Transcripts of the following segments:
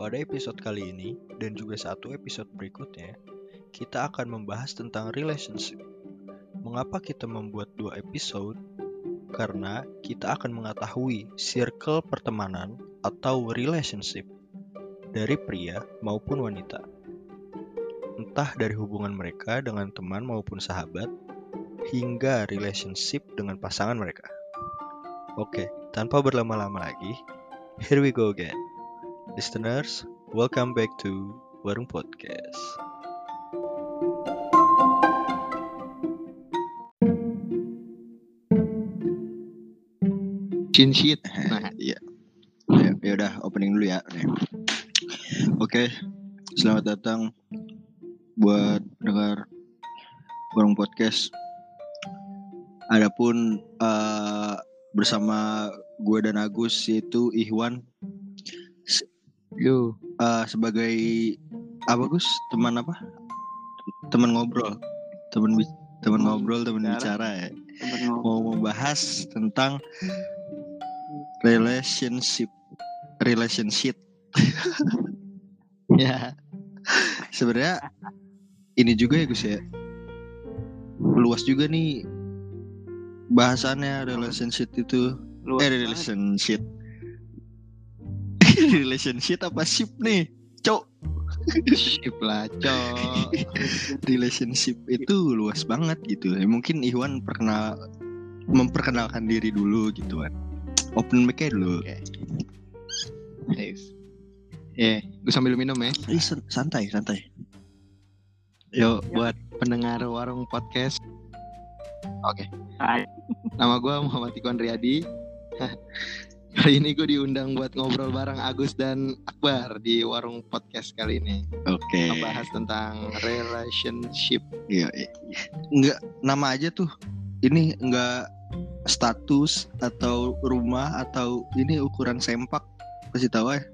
Pada episode kali ini dan juga satu episode berikutnya, kita akan membahas tentang relationship. Mengapa kita membuat 2 episode? Karena kita akan mengetahui circle pertemanan atau relationship dari pria maupun wanita. Entah dari hubungan mereka dengan teman maupun sahabat, hingga relationship dengan pasangan mereka. Oke, tanpa berlama-lama lagi, here we go again. Listeners, welcome back to Warung Podcast. Chin sheet. Nah, iya. Ya udah opening dulu ya. Oke. Selamat datang buat dengar Warung Podcast. Adapun bersama gue dan Agus yaitu Ihwan sebagai apa Gus? Teman apa? Teman ngobrol. Teman ngobrol, teman bicara ya. Mau membahas tentang relationship. Ya. Sebenarnya ini juga ya Gus ya. Luas juga nih bahasannya relationship itu. Relationship. Relationship apa ship nih? Cok. Ship lah, cok. Relationship itu luas banget gitu. Mungkin Iwan memperkenalkan diri dulu gitu kan. Open mic-nya dulu. Okay. Nice. Gue sambil minum ya. Santai. Yo, buat pendengar Warung Podcast. Oke. Nama gue Muhammad Ikwan Riyadi. Kali ini gue diundang buat ngobrol bareng Agus dan Akbar di Warung Podcast kali ini. Oke. Membahas tentang relationship. Iya. Enggak nama aja tuh. Ini enggak status atau rumah atau ini ukuran sempak. Kasih tahu ya.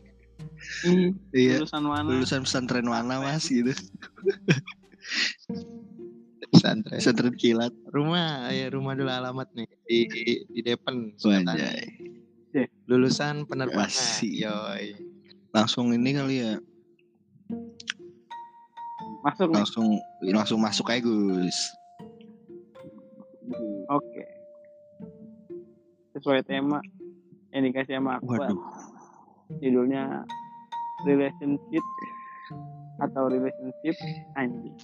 Iya. Lulusan pesantren mana Mas gitu. Pesantren kilat. Rumah dulu alamat nih di Depen. Wajay. Lulusan penerbangan. Yoi. Langsung ini kali ya. Langsung masuk aja Gus. Oke. Sesuai tema yang dikasih sama Akbar. Judulnya relationship anjing.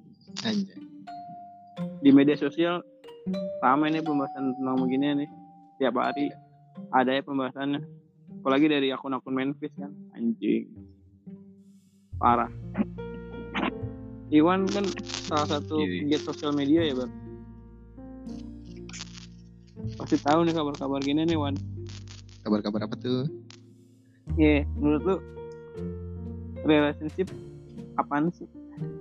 Di media sosial ramai nih pembahasan tentang begini nih. Tiap hari ada ya pembahasannya. Apalagi dari akun-akun Memphis kan. Anjing. Parah. Iwan kan salah satu pegiat sosial media ya Bang. Pasti tahu nih kabar-kabar gini nih Wan. Kabar-kabar apa tuh? Menurut lu relationship apaan sih?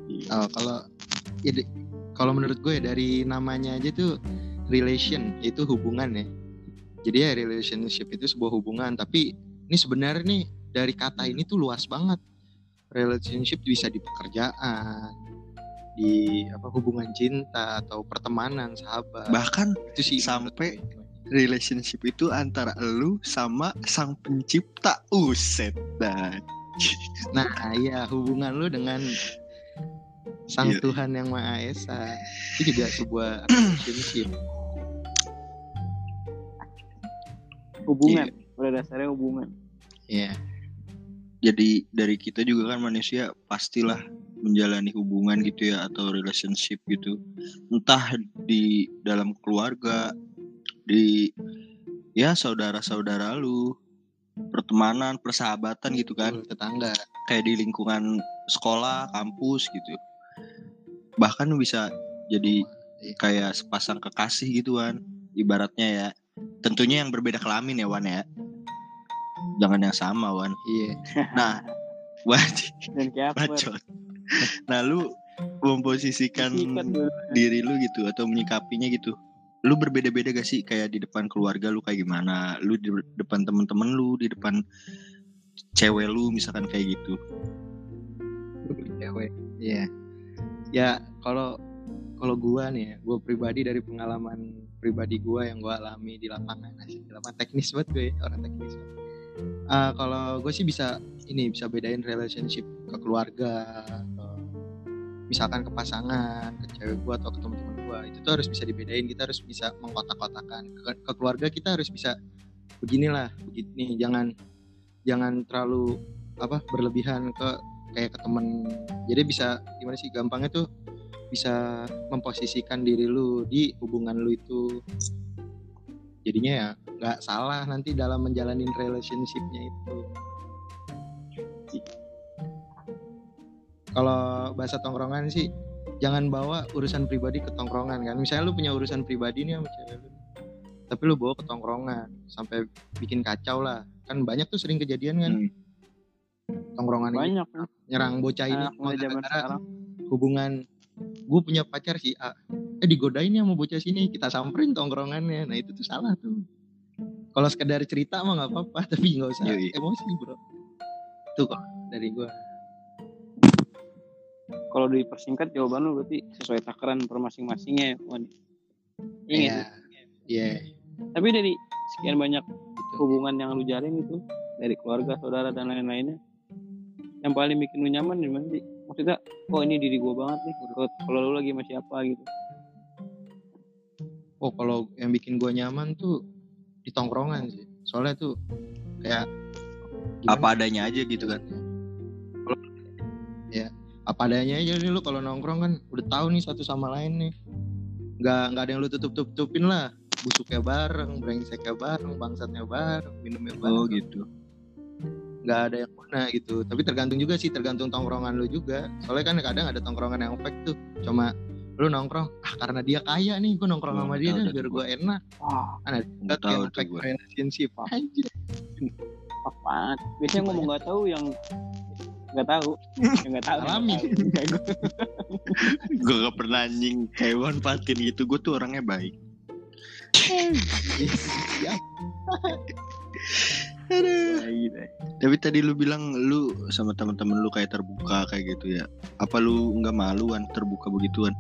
Kalau menurut gue dari namanya aja tuh relation itu hubungan ya. Jadi ya relationship itu sebuah hubungan, tapi ini sebenarnya nih dari kata ini tuh luas banget. Relationship bisa di pekerjaan, di hubungan cinta atau pertemanan, sahabat. Bahkan itu sih sampai relationship itu antara lu sama sang pencipta. Setan. Nah, iya hubungan lu dengan sang Tuhan yang Maha Esa. Itu juga sebuah relationship. Hubungan, pada dasarnya hubungan. Iya. Jadi dari kita juga kan manusia pastilah menjalani hubungan gitu ya atau relationship gitu. Entah di dalam keluarga, di saudara-saudara lu, pertemanan, persahabatan gitu kan, tetangga, kayak di lingkungan sekolah, kampus gitu. Bahkan bisa jadi kayak sepasang kekasih gitu kan, ibaratnya ya. Tentunya yang berbeda kelamin ya Wan ya. Jangan yang sama Wan. Iya. Nah, bacot. Nah, lu memposisikan diri lu gitu atau menyikapinya gitu. Lu berbeda-beda gak sih kayak di depan keluarga lu kayak gimana? Lu di depan teman-teman lu, di depan cewek lu misalkan kayak gitu. Cewek. Iya. Ya, kalau gua nih ya, gua pribadi dari pengalaman pribadi gua yang gua alami di lapangan teknis banget gue, orang teknis banget. Kalau gue sih bisa bedain relationship ke keluarga, misalkan ke pasangan, ke cewek gue atau ke teman-teman gue, itu tuh harus bisa dibedain. Kita harus bisa mengkotak-kotakan. Ke keluarga kita harus bisa begini, jangan terlalu berlebihan kayak ke temen. Jadi bisa gimana sih, gampangnya tuh bisa memposisikan diri lu di hubungan lu itu. Jadinya ya nggak salah nanti dalam menjalani relationship-nya itu. Kalau bahasa tongkrongan sih, jangan bawa urusan pribadi ke tongkrongan kan. Misalnya lu punya urusan pribadi nih sama cewek lu, tapi lu bawa ke tongkrongan sampai bikin kacau lah. Kan banyak tuh sering kejadian kan. Tongkrongan Banyak ini nyerang bocah ini gara-gara hubungan gue punya pacar si A, digodain ya sama bocah sini, kita samperin tongkrongannya. Nah itu tuh salah tuh. Kalau sekedar cerita mah nggak apa-apa, tapi nggak usah emosi bro. Itu kok dari gue. Kalau dipersingkat jawaban lu berarti sesuai takaran per masing-masingnya, Wan. Ingat. Iya. Tapi dari sekian banyak hubungan yang lu jalin itu, dari keluarga, saudara dan lain-lainnya, yang paling bikin lu nyaman di mana sih? Maksudnya, ini diri gue banget nih. Kalau lu lagi sama siapa gitu. Kalau yang bikin gue nyaman tuh di tongkrongan sih. Soalnya tuh kayak apa adanya aja gitu kan. Ya, apa adanya aja nih lu kalau nongkrong kan udah tahu nih satu sama lain nih. Nggak ada yang lu tutup-tutupin lah. Busuknya bareng, brengseknya bareng, bangsatnya bareng, minumnya bareng. Gitu. Nggak ada yang mana gitu. Tapi tergantung juga sih, tergantung tongkrongan lu juga. Soalnya kan kadang ada tongkrongan yang fake tuh. Cuma lu nongkrong, karena dia kaya nih, gue nongkrong sama dia biar gue enak. Nggak tahu tuh gue. Relationship aja. Apaan? Biasanya ngomong nggak tahu yang nggak tahu. Yang nggak tahu. Alamin. Gue nggak pernah anjing hewan patin gitu. Gue tuh orangnya baik. Tapi tadi lu bilang lu sama teman-teman lu kayak terbuka kayak gitu ya. Apa lu nggak maluan terbuka begituan?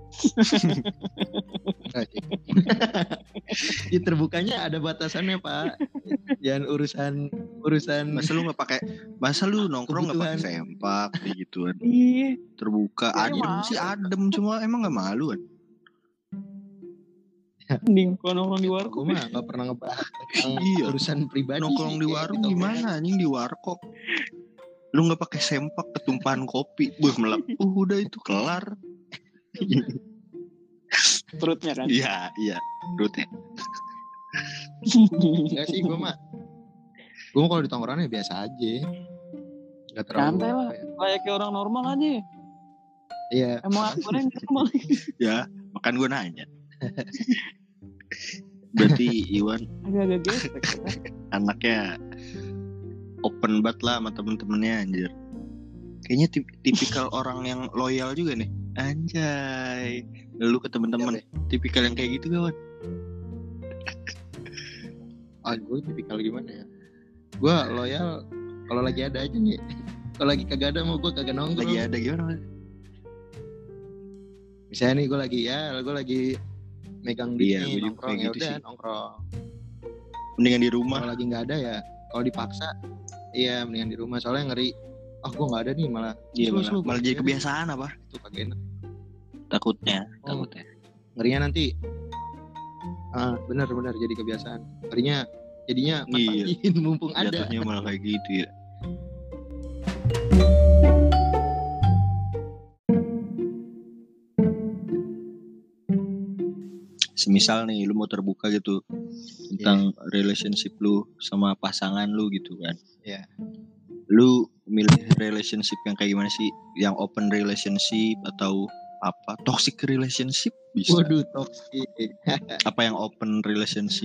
Ya terbukanya ada batasannya Pak. Jangan urusan. Masa lu nongkrong nggak pakai sempak begituan? Iya. Terbuka adem cuma emang nggak maluan. Mending kalau nongkrong di warung. Gue mah gak pernah ngebahas tentang urusan pribadi. Nongkrong di warung gimana anjing, di warkop lu gak pakai sempak ketumpahan kopi melepuh udah itu kelar. Perutnya kan. Iya perutnya. Enggak sih gue mah kalau di tongkrongan biasa aja, gak terlalu santai lah, kayak orang normal aja. Iya. Emang aku normal. Ya makan gue nanya. Berarti Iwan agak gesek anaknya open banget lah sama temen-temennya anjir. Kayaknya tipikal orang yang loyal juga nih anjay. Lu ke temen-temen tipikal yang kayak gitu kawan? Gue tipikal gimana ya? Gue loyal kalau lagi ada aja nih. Kalau lagi kagak ada mau gue kagak nongkrong. Lagi ada gimana? Misalnya nih gue lagi megang di nongkrong ya gitu udah nongkrong. Mendingan di rumah. Kalau lagi nggak ada ya, kalau dipaksa, iya mendingan di rumah. Soalnya ngeri, gue nggak ada nih malah. Iya malah jadi kebiasaan apa? Itu kagak enak. Takutnya. Ngerinya nanti, benar jadi kebiasaan. Ngerinya jadinya manfaatin mumpung ada. Jatuhnya malah kayak gitu ya. Semisal nih lu mau terbuka gitu tentang relationship lu sama pasangan lu gitu kan. Iya. Lu milih relationship yang kayak gimana sih? Yang open relationship atau apa? Toxic relationship bisa. Waduh, toxic. Apa yang open relationship?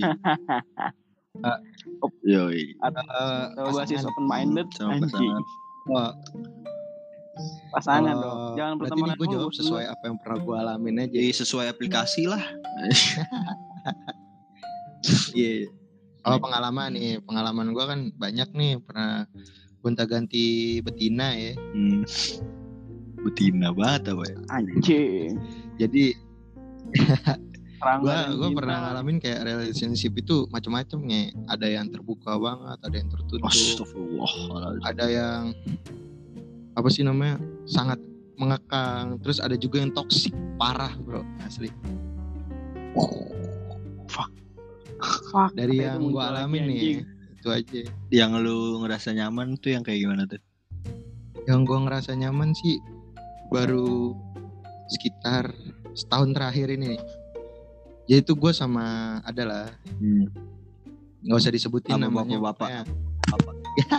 Yoi. Atau basis open minded sama pasangan. Pasangan dong. Jangan pertemanan. Berarti gue jawab sesuai apa yang pernah gue alamin aja. Sesuai aplikasi lah. Iya. Kalau pengalaman gue kan banyak nih, pernah gonta-ganti betina ya. Betina banget apa ya? Anjing. Jadi Gue pernah ngalamin kayak relationship itu macam-macam nih. Ada yang terbuka banget, ada yang tertutup, Astagfirullah. ada yang apa sih namanya sangat mengekang, terus ada juga yang toksik parah bro, asli. Fuck, Dari apa yang itu gue muncul alamin lagi, nih anjing. itu aja. Yang lu ngerasa nyaman tuh yang kayak gimana tuh? Yang gue ngerasa nyaman sih baru sekitar setahun terakhir ini nih. Yaitu gue sama adalah nggak usah disebutin Sama namanya bapak-bapak. pokoknya.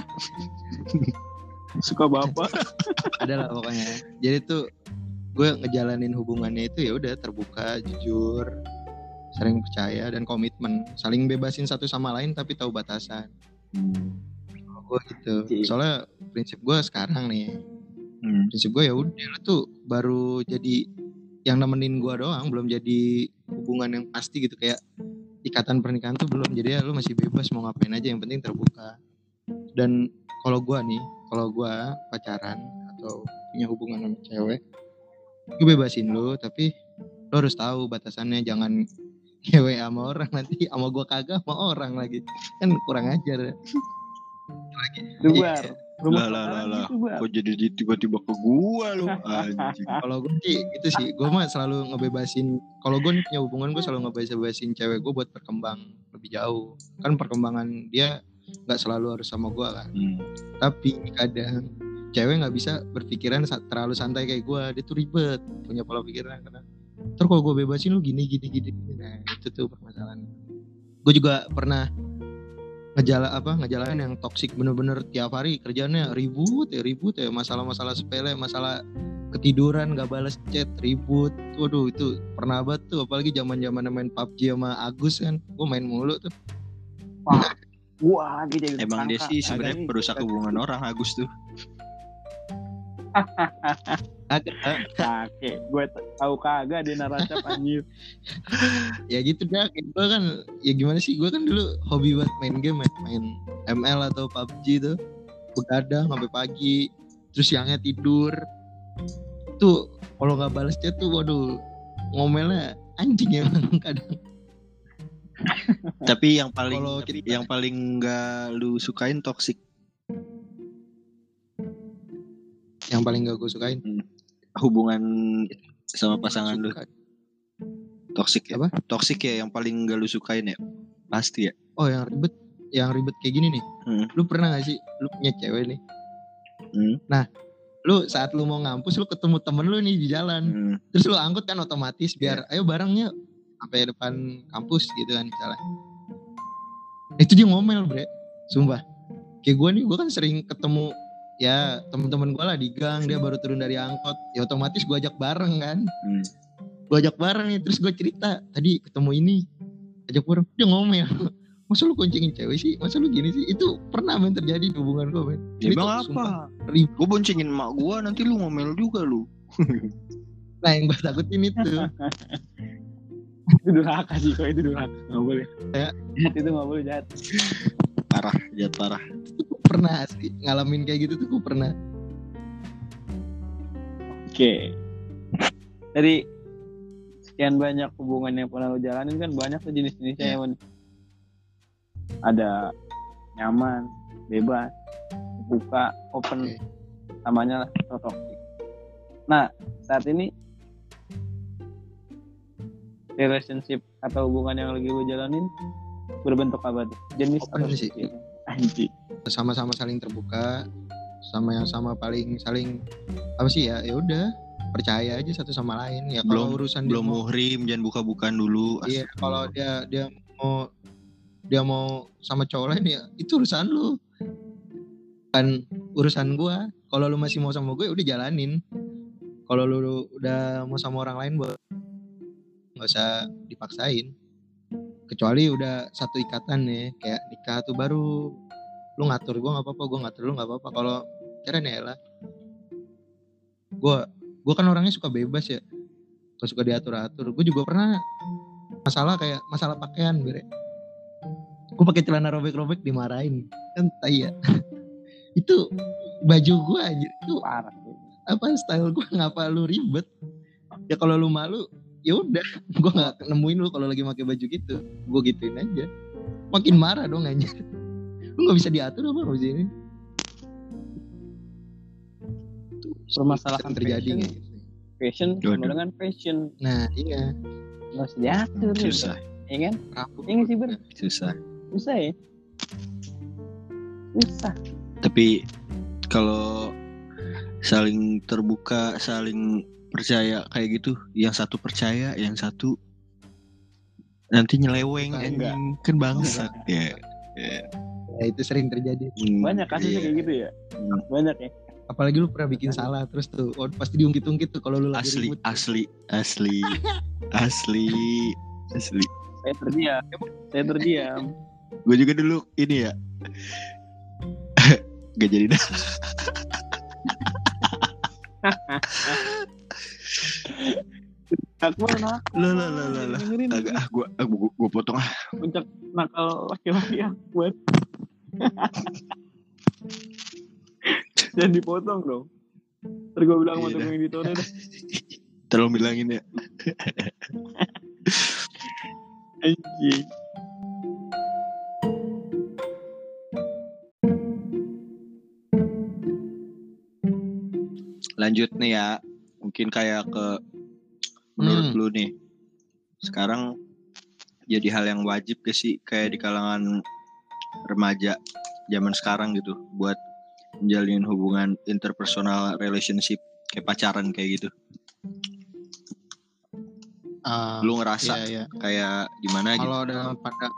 Suka bapak. Adalah pokoknya. Jadi tuh gue ngejalanin hubungannya itu ya udah terbuka, jujur, saling percaya dan komitmen, saling bebasin satu sama lain tapi tahu batasan. Gue gitu. Soalnya prinsip gue sekarang nih, prinsip gue ya udah lu tuh baru jadi yang nemenin gue doang, belum jadi hubungan yang pasti gitu, kayak ikatan pernikahan tuh belum. Jadi ya lu masih bebas mau ngapain aja, yang penting terbuka. Dan kalau gue pacaran atau punya hubungan sama cewek, gue bebasin lu, tapi lu harus tahu batasannya. Jangan cewek sama orang nanti sama gue kagak sama orang lagi, kan kurang ajar. Dubar. Lah. Kok jadi tiba-tiba ke gua lu anjing. Kalau gue sih itu sih, gue mah selalu ngebebasin. Kalau gue punya hubungan, gue selalu ngebebasin cewek gue buat berkembang lebih jauh. Kan perkembangan dia nggak selalu harus sama gue kan. Tapi kadang cewek nggak bisa berpikiran terlalu santai kayak gue. Dia tuh ribet punya pola pikiran, karena terus kalau gue bebasin lu gini. Nah itu tuh permasalahan. Gue juga pernah ngejalanin yang toksik, bener-bener tiap hari kerjaannya ribut ya, masalah-masalah sepele, masalah ketiduran gak balas chat, ribut. Waduh itu pernah banget tuh, apalagi zaman-zaman main PUBG sama Agus kan, gue main mulu tuh. Wah, gitu. Emang dia sih sebenarnya perusak hubungan orang, Agus tuh. Oke, gue tahu kagak dia naracap anjir. Ya gitu dah, gue kan ya gimana sih, gue kan dulu hobi banget main game, main ML atau PUBG tuh, begadang sampai pagi, terus siangnya tidur. Tuh kalau nggak balas chat tuh, waduh, ngomelnya anjing emang kadang. Tapi yang paling nggak lu sukain toksik. Yang paling gak gue sukain hubungan sama pasangan lu. Toksik ya? Apa? Toksik ya yang paling gak lu sukain ya? Pasti ya. Oh yang ribet kayak gini nih. Lu pernah gak sih lu punya cewek nih? Nah lu saat lu mau ngampus, lu ketemu temen lu nih di jalan. Terus lu angkut kan otomatis biar ayo barengnya sampai depan kampus gitu kan misalnya. Itu dia ngomel bre, sumpah. Kayak gue kan sering ketemu ya teman-teman gue lah di gang, dia baru turun dari angkot, ya otomatis gue ajak bareng kan. Gue ajak bareng nih, terus gue cerita tadi ketemu ini, ajak bareng, dia ngomel, masa lu koncengin cewek sih, masa lu gini sih. Itu pernah men terjadi di hubungan gue men. Ya bang apa? Gue boncengin emak gue, nanti lu ngomel juga lu. Nah yang gue takutin itu. Itu durhaka sih, kok itu durhaka, nggak boleh. Ya. Jahat itu nggak boleh, jahat. Parah. Pernah sih ngalamin kayak gitu tuh, gue pernah. Oke. Dari sekian banyak hubungan yang pernah lo jalanin kan banyak tuh jenis-jenisnya ya. Ada nyaman, bebas, buka, open, namanya lah toxic. Nah saat ini relationship atau hubungan yang lagi lo jalanin berbentuk apa tuh? Jenis open atau sih. Anjir. Sama-sama saling terbuka, sama paling saling apa sih ya udah percaya aja satu sama lain ya. Kalau urusan belum muhrim, jangan buka-bukaan dulu. Iya, kalau dia mau sama cowok lain ya itu urusan lu, kan urusan gua. Kalau lu masih mau sama gue udah jalanin. Kalau lu udah mau sama orang lain nggak usah dipaksain. Kecuali udah satu ikatan nih, kayak nikah tuh baru lu ngatur gue nggak apa-apa, gue ngatur lu nggak apa-apa. Kalau keren ya lah, gue kan orangnya suka bebas ya, gak suka diatur-atur. Gue juga pernah masalah pakaian gue pakai celana robek-robek dimarahin kan, tai ya. Itu baju gue aja itu parah. Apa style gue, ngapa lu ribet ya? Kalau lu malu ya udah, gue nggak nemuin lu kalau lagi pakai baju gitu, gue gituin aja. Makin marah dong anjir. Lu nggak bisa diatur apa di sini? Permasalahan terjadi fashion. nggak? Fashion sama Waduh. dengan fashion. Nah iya, Nggak usah diatur. Susah. Ya kan? rapuh. Ini sih Ber. Susah. Susah ya. Susah. Tapi kalau saling terbuka, saling percaya kayak gitu, yang satu percaya, yang satu nanti nyeleweng, Enggak. anjing. Kan bangsat ya. Ya, itu sering terjadi. Banyak kasusnya Iya. kayak gitu ya. Hmm. Banyak ya. Apalagi lu pernah bikin salah terus tuh, oh, pasti diungkit-ungkit tuh kalau lu lagi Asli, ribut. asli. Saya terdiam. Gue juga dulu ini ya. Gak jadi dah. Aku enak. Lah. Dengerin Agak gue potong ah. puncak nakal laki-laki yang buat. Jangan dipotong dong. Ntar gue bilang sama Iya tukang editornya dah. Tolong bilangin ya. Anjing. Lanjut nih ya. Mungkin kayak ke menurut lu nih. Sekarang jadi hal yang wajib gak sih kayak di kalangan remaja zaman sekarang gitu buat menjalin hubungan interpersonal relationship kayak pacaran kayak gitu. Lu ngerasa Iya. kayak gimana gitu? Kalau dalam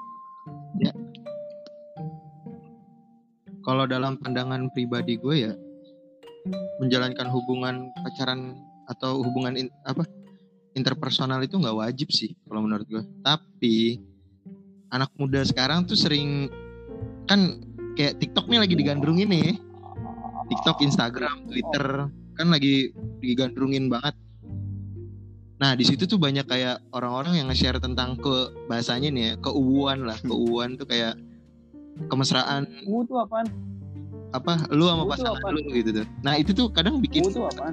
kalau dalam pandangan pribadi gue ya, menjalankan hubungan pacaran atau hubungan interpersonal itu nggak wajib sih kalau menurut gue. Tapi anak muda sekarang tuh sering kan kayak TikTok nih lagi digandrungin nih. TikTok, Instagram, Twitter kan lagi digandrungin banget. Nah di situ tuh banyak kayak orang-orang yang nge-share tentang bahasanya nih ya, keuuan lah. Keuuan tuh kayak kemesraan Itu apaan? lu sama Itu pasangan apa? lu gitu tuh. Nah itu tuh kadang bikin Itu apaan?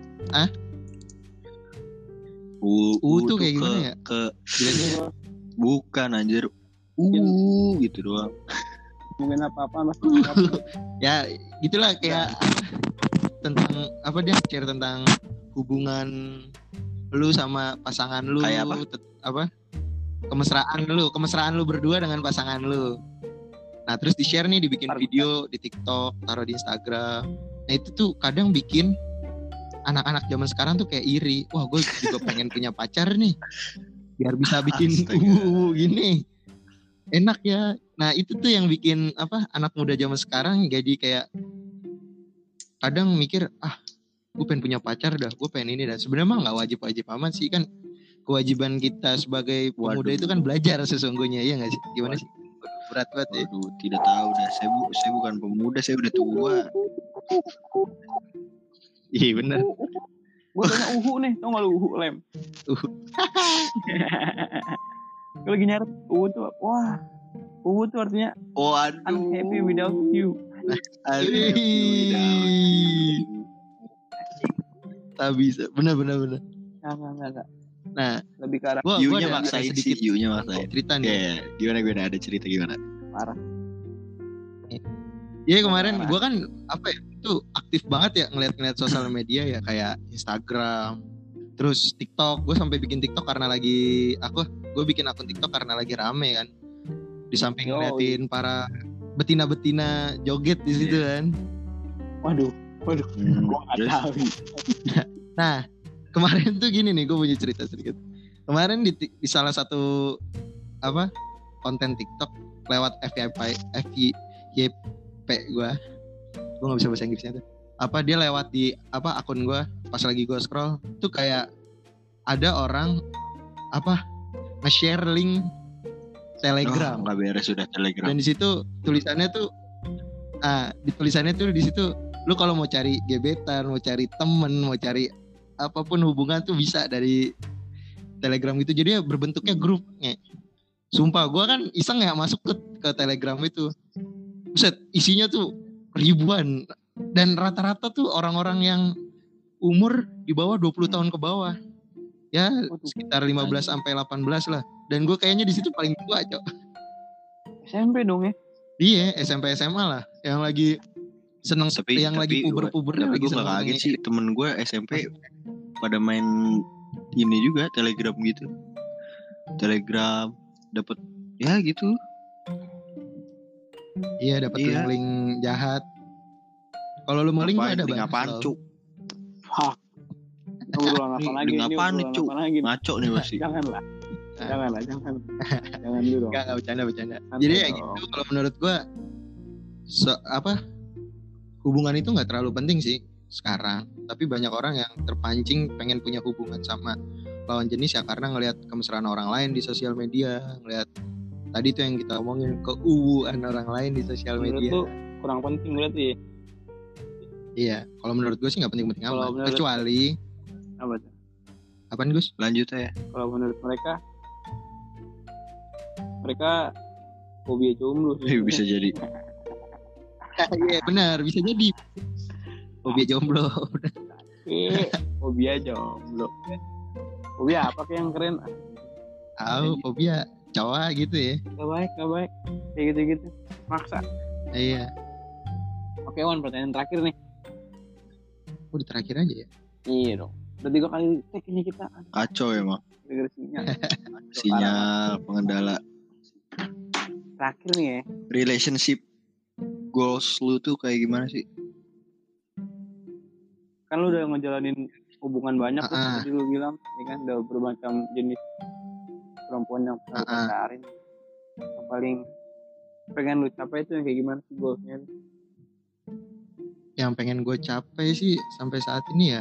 tuh kayak gimana ya? Itu Bukan anjir. Gitu doang. mungkin apa-apa pasti. Ya gitulah kayak tentang apa dia share tentang hubungan lu sama pasangan lu. Kayak apa? Kemesraan lu berdua dengan pasangan lu. Nah terus di share nih, dibikin video di TikTok, taruh di Instagram. Nah itu tuh kadang bikin anak-anak zaman sekarang tuh kayak iri. Wah gue juga pengen punya pacar nih, biar bisa bikin gini. Enak ya. Nah itu tuh yang bikin anak muda zaman sekarang jadi kayak kadang mikir gue pengen punya pacar dah, gue pengen ini dah. Sebenarnya mah nggak wajib amat sih, kan kewajiban kita sebagai pemuda itu kan belajar sesungguhnya, ya nggak sih? Gimana sih? Berat banget ya. Waduh, tidak tahu dah. Saya bukan pemuda, saya udah tua. Iya benar. Gue tanya uhu nih, tau gak lu uhu lem? Gue lagi nyari uhu tuh, wah uhu tuh artinya I'm happy without you. Tak bisa, benar. Enggak. Nah, Lebih ke arah You-nya maksain sih, you-nya maksain. cerita nih. Ya, gimana gue ada cerita gimana? parah. Iya kemarin gue kan itu aktif banget ya ngeliat sosial media ya, kayak Instagram, terus TikTok. Gue sampai bikin TikTok karena gue bikin akun TikTok karena lagi rame kan. Di samping ngeliatin para betina-betina joget di situ kan. Waduh. Gue nggak tahu. Nah kemarin tuh gini nih, gue punya cerita sedikit. Kemarin di salah satu konten TikTok lewat FYP gue nggak bisa bahasa Inggrisnya tuh. Dia lewat di akun gue pas lagi gue scroll tuh kayak ada orang nge-share link Telegram. Nggak beres sudah Telegram. Dan di situ tulisannya tuh di situ lu kalau mau cari gebetan, mau cari temen, mau cari apapun hubungan tuh bisa dari Telegram gitu. Jadi ya berbentuknya grupnya. Sumpah gue kan iseng ya masuk ke Telegram itu. Buset, isinya tuh ribuan. Dan rata-rata tuh orang-orang yang umur di bawah 20 tahun ke bawah. Ya sekitar 15 sampai 18 lah. Dan gue kayaknya di situ paling tua, Cok. SMP dong ya. Iya, SMP SMA lah. Yang lagi seneng, yang lagi puber-pubernya lagi gue seneng. gak kaget sih, temen gue SMP pada main ini juga, Telegram gitu. Telegram dapat ya gitu. Iya, dapat link jahat. Kalau lu maling mah ada banyak. Apaan, Cuk? Fuck. Ngobrol apa lagi? Apaan nih, Cuk? Ngaco nih pasti. Jangan dulu dong. Enggak bercanda. Jadi ya gitu, kalau menurut gua hubungan itu nggak terlalu penting sih sekarang, tapi banyak orang yang terpancing pengen punya hubungan sama lawan jenis ya karena ngelihat kemesraan orang lain di sosial media, ngelihat tadi tuh yang kita omongin, keuuan orang lain di sosial media. Menurut lu kurang penting berarti. Iya, kalau menurut gue sih nggak penting-penting amat, kecuali apa tuh? Apaan, Gus? Lanjut aja. Kalau menurut mereka hobi jomblo sih. Bisa jadi. Iya benar, bisa jadi hobi jomblo. Hobi jomblo. Hobi apa kayak yang keren? Hobi cowok gitu ya. Gak baik. Kayak gitu. Maksa. Iya. Oke, Wan, pertanyaan terakhir nih. Udah terakhir aja ya? Iya dong. Udah 3 kali take ini kita. Kacau emang. Sinyal pengendala. Terakhir nih ya. Relationship goals lu tuh kayak gimana sih? Kan lu udah ngejalanin hubungan banyak tuh, tadi lu bilang, ya kan, udah bermacam jenis perempuan yang pernah pacarin. Yang paling pengen lu capai itu yang kayak gimana sih goalsnya? Yang pengen gue capai sih sampai saat ini ya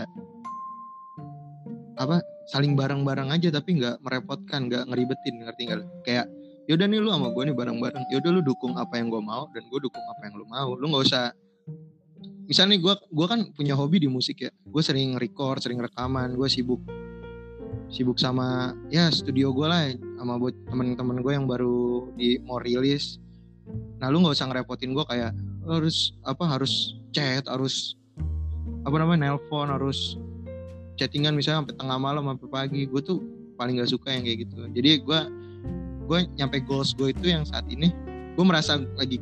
saling bareng-bareng aja tapi nggak merepotkan, nggak ngeribetin, ngerti nggak? Kayak yaudah nih lu sama gue nih bareng-bareng, yaudah lu dukung apa yang gue mau dan gue dukung apa yang lu mau. Lu nggak usah, misalnya gue kan punya hobi di musik ya, gue sering record, sering rekaman, gue sibuk sama ya studio gue lah sama buat temen-temen gue yang baru mau rilis. Nah lu nggak usah ngerepotin gue kayak harus chat, harus nelpon, harus chattingan misalnya sampai tengah malam sampai pagi. Gue tuh paling nggak suka yang kayak gitu. Jadi gue nyampe goals gue itu yang saat ini gue merasa lagi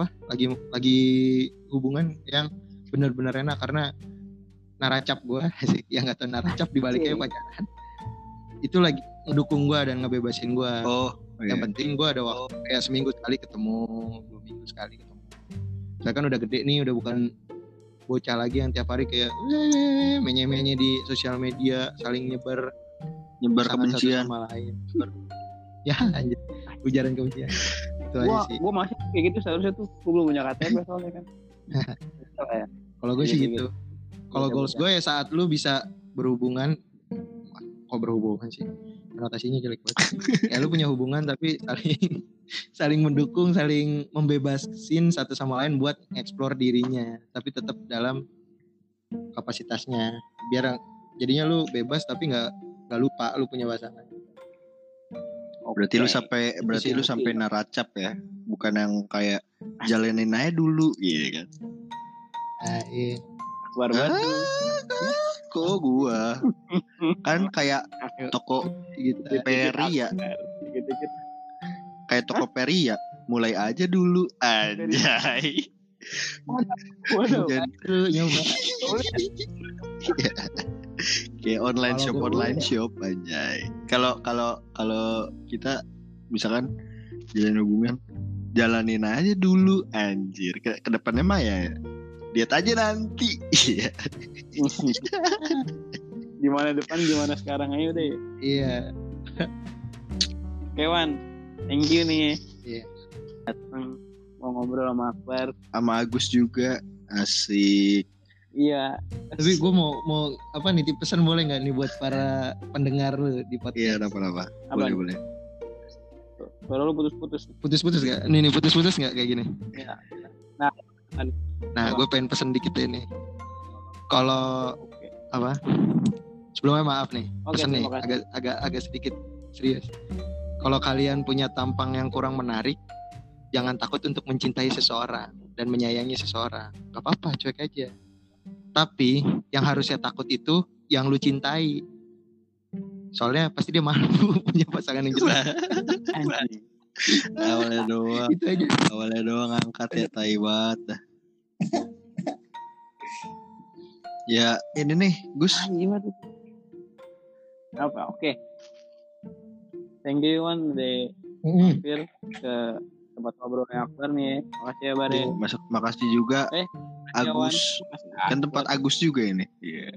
hubungan yang benar-benar enak karena naracap gue sih yang nggak tahu naracap dibaliknya pacaran itu lagi ngedukung gue dan ngebebasin gue. Yang penting gue ada waktu kayak seminggu sekali ketemu, 2 minggu sekali ketemu. Saya kan udah gede nih, udah bukan bocah lagi yang tiap hari kayak menye-menye di sosial media, saling nyebar kebencian sama lain. Ya anjir, ujaran kebencian. Itu aja sih. Gua masih kayak gitu seharusnya tuh, gua belum punya KTP soalnya kan. Kalau gue sih gitu. Kalau goals gue ya saat lu bisa berhubungan sih. Anotasinya jelek banget. Ya lu punya hubungan tapi saling mendukung, saling membebasin satu sama lain buat explore dirinya, tapi tetap dalam kapasitasnya. Biar jadinya lu bebas tapi nggak lupa lu punya pasangan. Berarti lu sampai naracap ya, bukan yang kayak jalanin aja dulu gitu kan. Iya. Keluar banget. Kok gua kan kayak toko gitu. Peri ya. Gitu. Kayak toko Peri ya, mulai aja dulu anjay. Waduh. Jadi nyoba. Kayak online shop anjay. Kalau kita misalkan jalan hubungan, jalanin aja dulu anjir. Ke depannya mah ya lihat aja nanti. Gimana depan, gimana sekarang aja udah ya. Iya. Kewan, thank you nih. Iya. Mau ngobrol sama Akbar, sama Agus juga, asik. Iya. Tapi gue mau nitip pesan boleh nggak nih buat para pendengar lu di podcast? Iya, apa? Boleh. Suara lu putus-putus. Putus-putus nggak? Nih putus-putus nggak kayak gini? Iya. Nah, gue pengen pesen dikit deh nih. Kalau sebelumnya maaf nih, pesen nih agak sedikit serius. Kalau kalian punya tampang yang kurang menarik, jangan takut untuk mencintai seseorang dan menyayangi seseorang. Gak apa-apa, cuek aja. Tapi yang harusnya takut itu yang lu cintai. Soalnya pasti dia malu punya pasangan yang jelek. Anjing. Awalnya doang angkat ya, tai banget dah. Ya ini nih Gus. Gimana tuh? Apa? Oke. Thank you Wan udah mampir ke tempat ngobrolnya Akbar nih. Makasih ya Bar ya. Makasih juga Agus. Kan tempat Agus juga ini. Iya.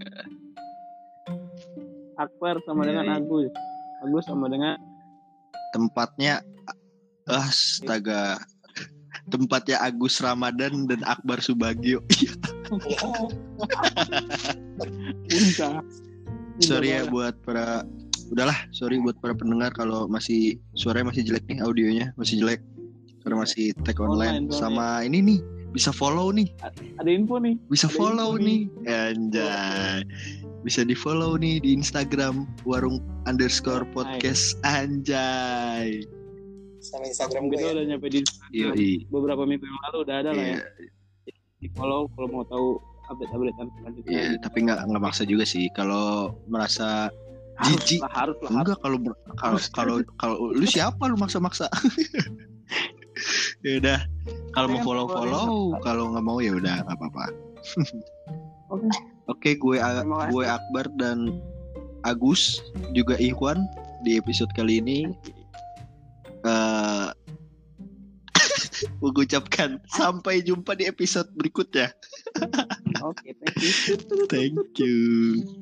Akbar sama dengan Agus. Agus sama dengan tempatnya astaga. Tempatnya Agus Ramadan dan Akbar Subagio. Sorry ya buat para sorry buat para pendengar kalau masih suaranya masih jelek nih, audionya masih jelek karena masih tag online. Sama ini nih bisa follow nih. Ada info nih. Bisa follow nih. Anjay. Bisa di follow nih di Instagram warung_podcast anjay. Sama Instagram gue udah nyampe di beberapa minggu yang lalu udah ada lah ya. Di follow kalau mau tahu update-updatean selanjutnya. Iya, tapi nggak maksa juga sih. Kalau merasa jijik, enggak. Kalau lu siapa lu maksa-maksa? Ya udah. Kalau mau follow, kalau nggak mau ya udah nggak apa-apa. Oke, gue Akbar dan Agus juga Ikhwan di episode kali ini. Mengucapkan sampai jumpa di episode berikutnya. Oke, thank you. Thank you.